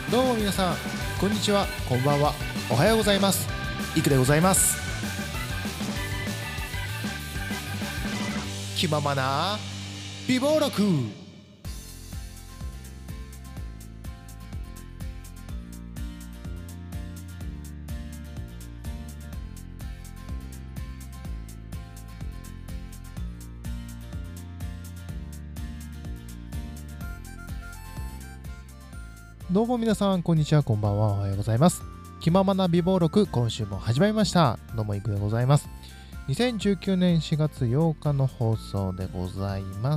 どうも皆さん、こんにちは、こんばんは、おはようございます。いくでございます。気ままな美貌録。どうも皆さん、こんにちは、こんばんは、おはようございます。気ままな美貌録、今週も始まりました。どうもいくでございます。2019年4月8日の放送でございます。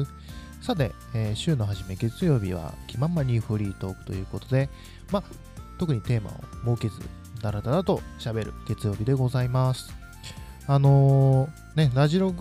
さて、週の初め月曜日は気ままにフリートークということで、特にテーマを設けず、だらだらと喋る月曜日でございます。ラジオト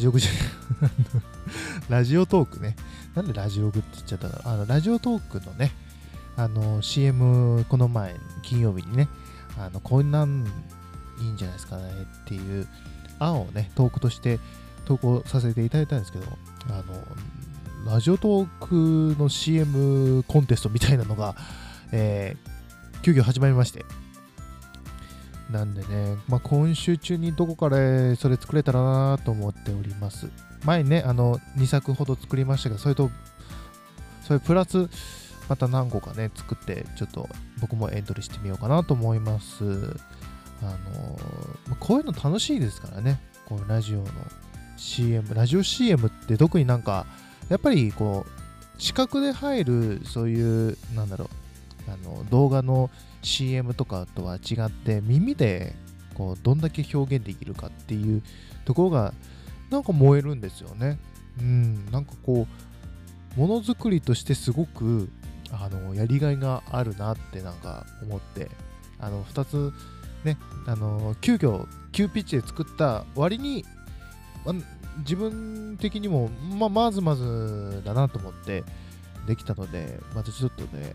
ークね。なんでラジオグって言っちゃったの？ラジオトークのね、CM、この前、金曜日にね、こんなんいいんじゃないですかねっていう案をね、トークとして投稿させていただいたんですけど、ラジオトークの CM コンテストみたいなのが、急遽始まりまして、なんでね、今週中にどこからそれ作れたらなと思っております。前にね、2作ほど作りましたけど、それプラス、また何個かね、作って、ちょっと僕もエントリーしてみようかなと思います。こういうの楽しいですからね、こうラジオの CM、ラジオ CM って特になんか、やっぱりこう、視覚で入る、そういう、動画の CM とかとは違って耳でこうどんだけ表現できるかっていうところがなんか燃えるんですよね。なんかこうものづくりとしてすごくやりがいがあるなってなんか思って、2つね急ピッチで作った割に、自分的にもまずまずだなと思ってできたので、またちょっとね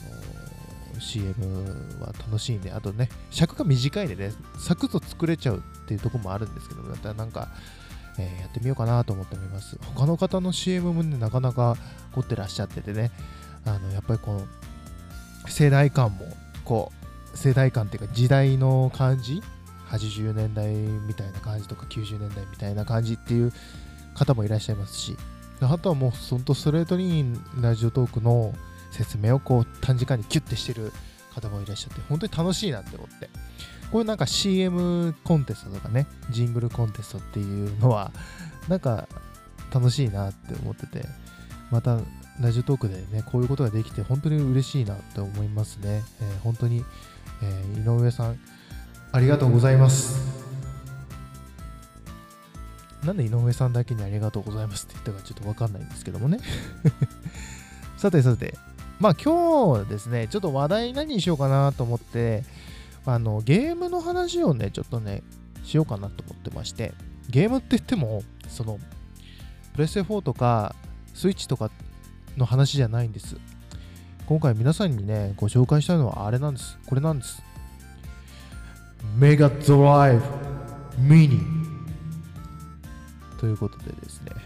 CM は楽しいんで、あとね、尺が短いんでね、サクッと作れちゃうっていうところもあるんですけど、またなんか、やってみようかなと思っております。他の方の CM もね、なかなか凝ってらっしゃっててね、やっぱりこう、世代間っていうか時代の感じ、80年代みたいな感じとか90年代みたいな感じっていう方もいらっしゃいますし、あとはもうほんとストレートにラジオトークの説明をこう短時間にキュッてしてる方もいらっしゃって、本当に楽しいなって思って、こういうなんか CM コンテストとかね、ジングルコンテストっていうのはなんか楽しいなって思ってて、またラジオトークでねこういうことができて本当に嬉しいなって思いますね。本当に、井上さんありがとうございます。なんで井上さんだけにありがとうございますって言ったかちょっとわかんないんですけどもねさて今日ですね、ちょっと話題何にしようかなと思って、ゲームの話をね、ちょっとね、しようかなと思ってまして、ゲームって言っても、プレステ4とか、スイッチとかの話じゃないんです。今回皆さんにね、ご紹介したいのはこれなんです。メガドライブミニということでですね、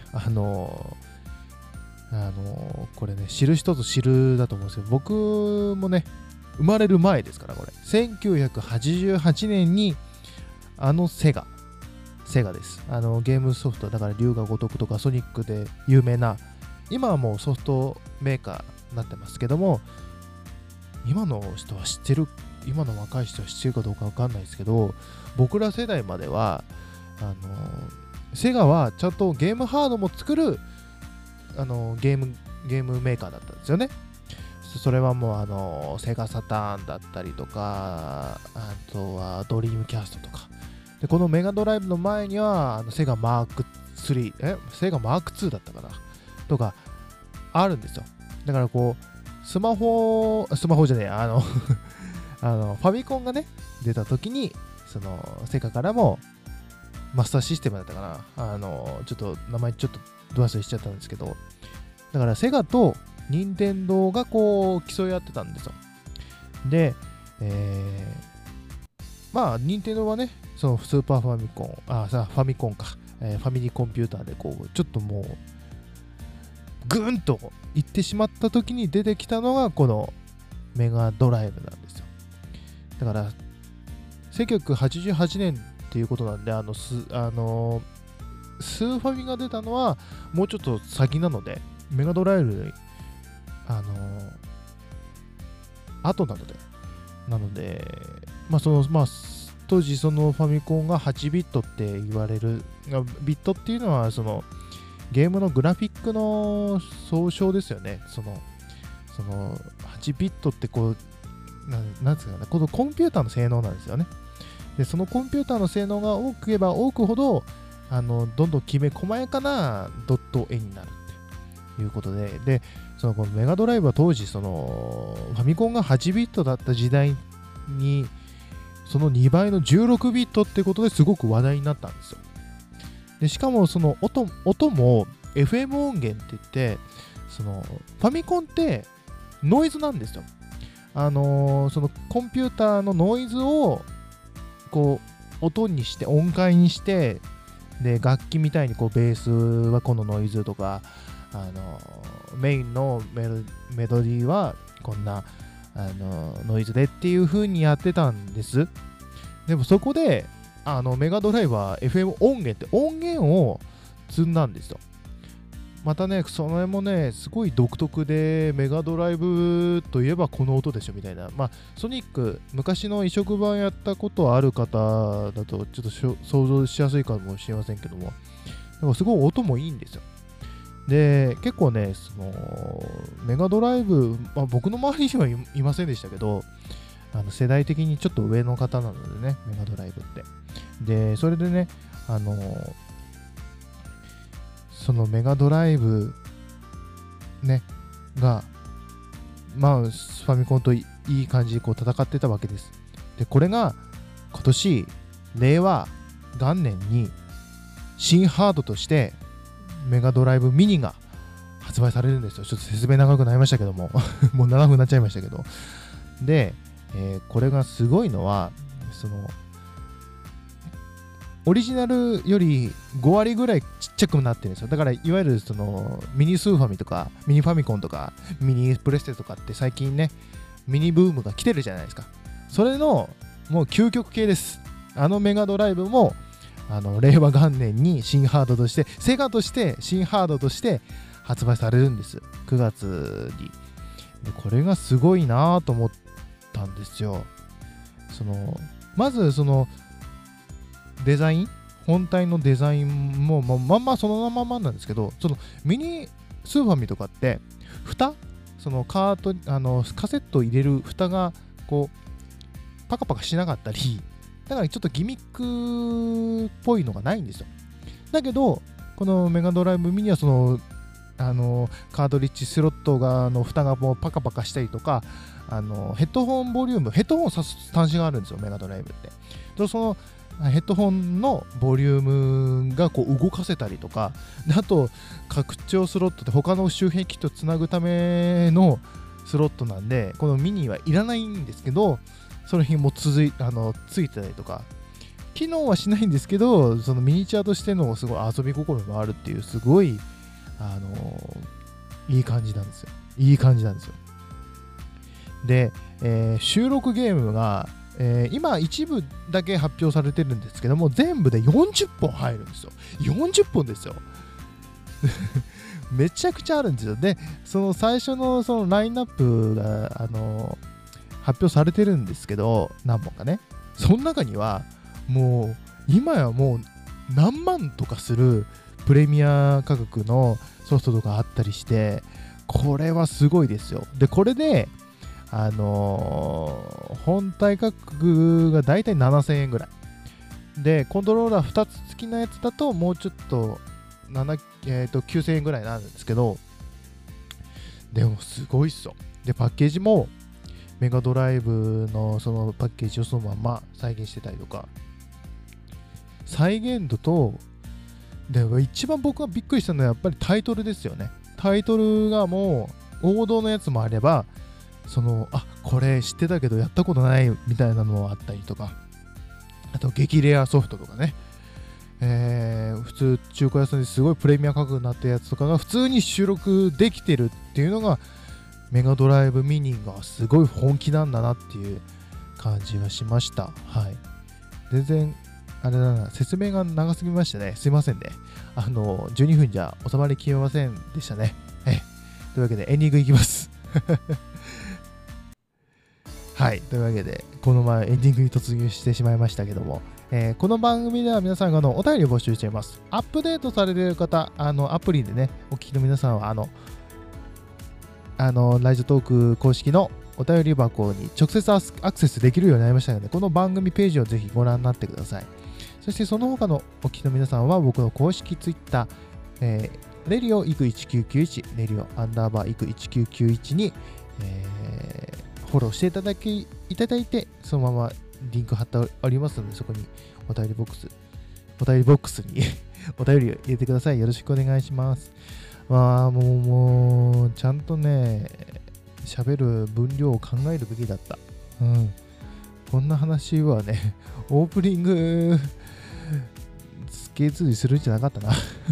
これね、知る人ぞ知るだと思うんですけど、僕もね、生まれる前ですから、これ。1988年に、セガです。ゲームソフト、だから龍が如くとかソニックで有名な、今はもうソフトメーカーになってますけども、今の若い人は知ってるかどうかわかんないですけど、僕ら世代までは、セガはちゃんとゲームハードも作るゲームメーカーだったんですよね。それはもうセガサターンだったりとか、あとはドリームキャストとかで、このメガドライブの前にはセガマーク3セガマーク2だったかなとかあるんですよ。だからこうスマホじゃねえファミコンがね出た時にセガからもマスターシステムだったかな、ちょっと名前ちょっとド忘れしちゃったんですけど、だからセガと任天堂がこう競い合ってたんですよ。で、任天堂はね、スーパーファミコン、ファミコンか、ファミリーコンピューターでこうちょっともうグーンと行ってしまった時に出てきたのがこのメガドライブなんですよ。だから1988年っていうことなんで、スーファミが出たのはもうちょっと先なので、メガドライブ後なので、当時そのファミコンが8ビットって言われる、ビットっていうのはそのゲームのグラフィックの総称ですよね。その8ビットってこう、なんですかね、このコンピューターの性能なんですよね。で、そのコンピューターの性能が多く言えば多くほど、どんどんきめ細やかなドット絵になるっていうことで、このメガドライブは当時、ファミコンが8ビットだった時代に、その2倍の16ビットってことですごく話題になったんですよ。で、しかもその音も FM 音源って言って、ファミコンってノイズなんですよ。そのコンピューターのノイズをこう音にして音階にして、で楽器みたいにこうベースはこのノイズとか、メインのメロディーはこんなノイズでっていう風にやってたんです。でもそこでメガドライブは FM 音源って音源を積んだんですよ。またね、それもね、すごい独特で、メガドライブといえばこの音でしょみたいな。ソニック、昔の移植版やったことある方だと、ちょっと想像しやすいかもしれませんけども、だからすごい音もいいんですよ。で、結構ね、メガドライブ、僕の周りにはいませんでしたけど、世代的にちょっと上の方なのでね、メガドライブって。で、それでね、そのメガドライブねがファミコンといい感じでこう戦ってたわけです。で、これが今年令和元年に新ハードとしてメガドライブミニが発売されるんですよ。ちょっと説明長くなりましたけどももう7分になっちゃいましたけど、で、これがすごいのはオリジナルより5割ぐらいちっちゃくなってるんですよ。だからいわゆるミニスーファミとかミニファミコンとかミニプレステとかって最近ね、ミニブームが来てるじゃないですか。それのもう究極系です。メガドライブも令和元年に新ハードとして、セガとして新ハードとして発売されるんです。9月に。で、これがすごいなと思ったんですよ。まずデザイン、本体のデザインもそのままなんですけど、ミニスーファミとかって蓋、カセット入れる蓋がこうパカパカしなかったり、だからちょっとギミックっぽいのがないんですよ。だけどこのメガドライブミニはカートリッジスロットが蓋がもうパカパカしたりとか、ヘッドホンボリューム、ヘッドホンを挿す端子があるんですよ、メガドライブって。で、そのヘッドホンのボリュームがこう動かせたりとか、であと拡張スロットって他の周辺機とつなぐためのスロットなんで、このミニはいらないんですけど、その辺もついてたりとか、機能はしないんですけど、そのミニチュアとしてのすごい遊び心があるっていう、すごいいい感じなんですよ。で、収録ゲームが今一部だけ発表されてるんですけども、全部で40本入るんですよ。40本ですよめちゃくちゃあるんですよ。で、その最初のそのラインナップが発表されてるんですけど、何本かね。その中にはもう今やもう何万とかするプレミア価格のソフトとかあったりして、これはすごいですよ。で、これで本体価格がだいたい7000円ぐらいで、コントローラー2つ付きのやつだともうちょっと9000円ぐらいになるんですけど、でもすごいっすよ。で、パッケージもメガドライブのそのパッケージをそのまま再現してたりとか、再現度と、で一番僕がびっくりしたのはやっぱりタイトルですよね。タイトルがもう王道のやつもあれば、これ知ってたけどやったことないみたいなのもあったりとか、あと激レアソフトとかね、普通中古屋さんですごいプレミア価格になったやつとかが普通に収録できてるっていうのがメガドライブミニがすごい本気なんだなっていう感じがしました。はい。全然、あれだな、説明が長すぎましたね。すいませんね。12分じゃ収まりきれませんでしたね。というわけで、エンディングいきます。はい。というわけで、この前エンディングに突入してしまいましたけども、この番組では皆さんがお便りを募集しています。アップデートされている方、アプリでね、お聞きの皆さんは、ラジオトーク公式のお便り箱に直接アクセスできるようになりましたので、この番組ページをぜひご覧になってください。そしてその他のお聞きの皆さんは僕の公式ツイッター、レリオイク1991、レリオイク1991に、フォローしていただいて、そのままリンク貼っておりますので、そこにお便りボックスにお便りを入れてください。よろしくお願いします。もう、ちゃんとね、喋る分量を考えるべきだった。こんな話はね、オープニング、つけずにするんじゃなかったな。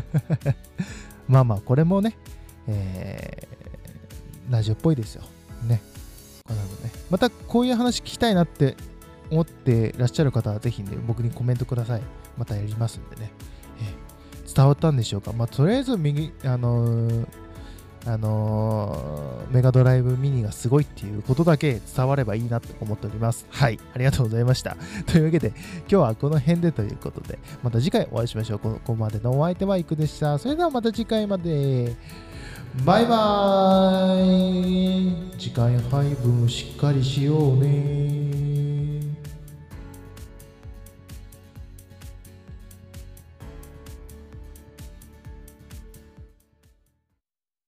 これもね、ラジオっぽいですよ。ね。またこういう話聞きたいなって思ってらっしゃる方はぜひね、僕にコメントください。またやりますんでね。伝わったんでしょうか。とりあえずメガドライブミニがすごいっていうことだけ伝わればいいなと思っております。はい。ありがとうございました。というわけで、今日はこの辺でということで、また次回お会いしましょう。ここまでのお相手はいくでした。それではまた次回まで。バイバーイ。時間配分しっかりしようね。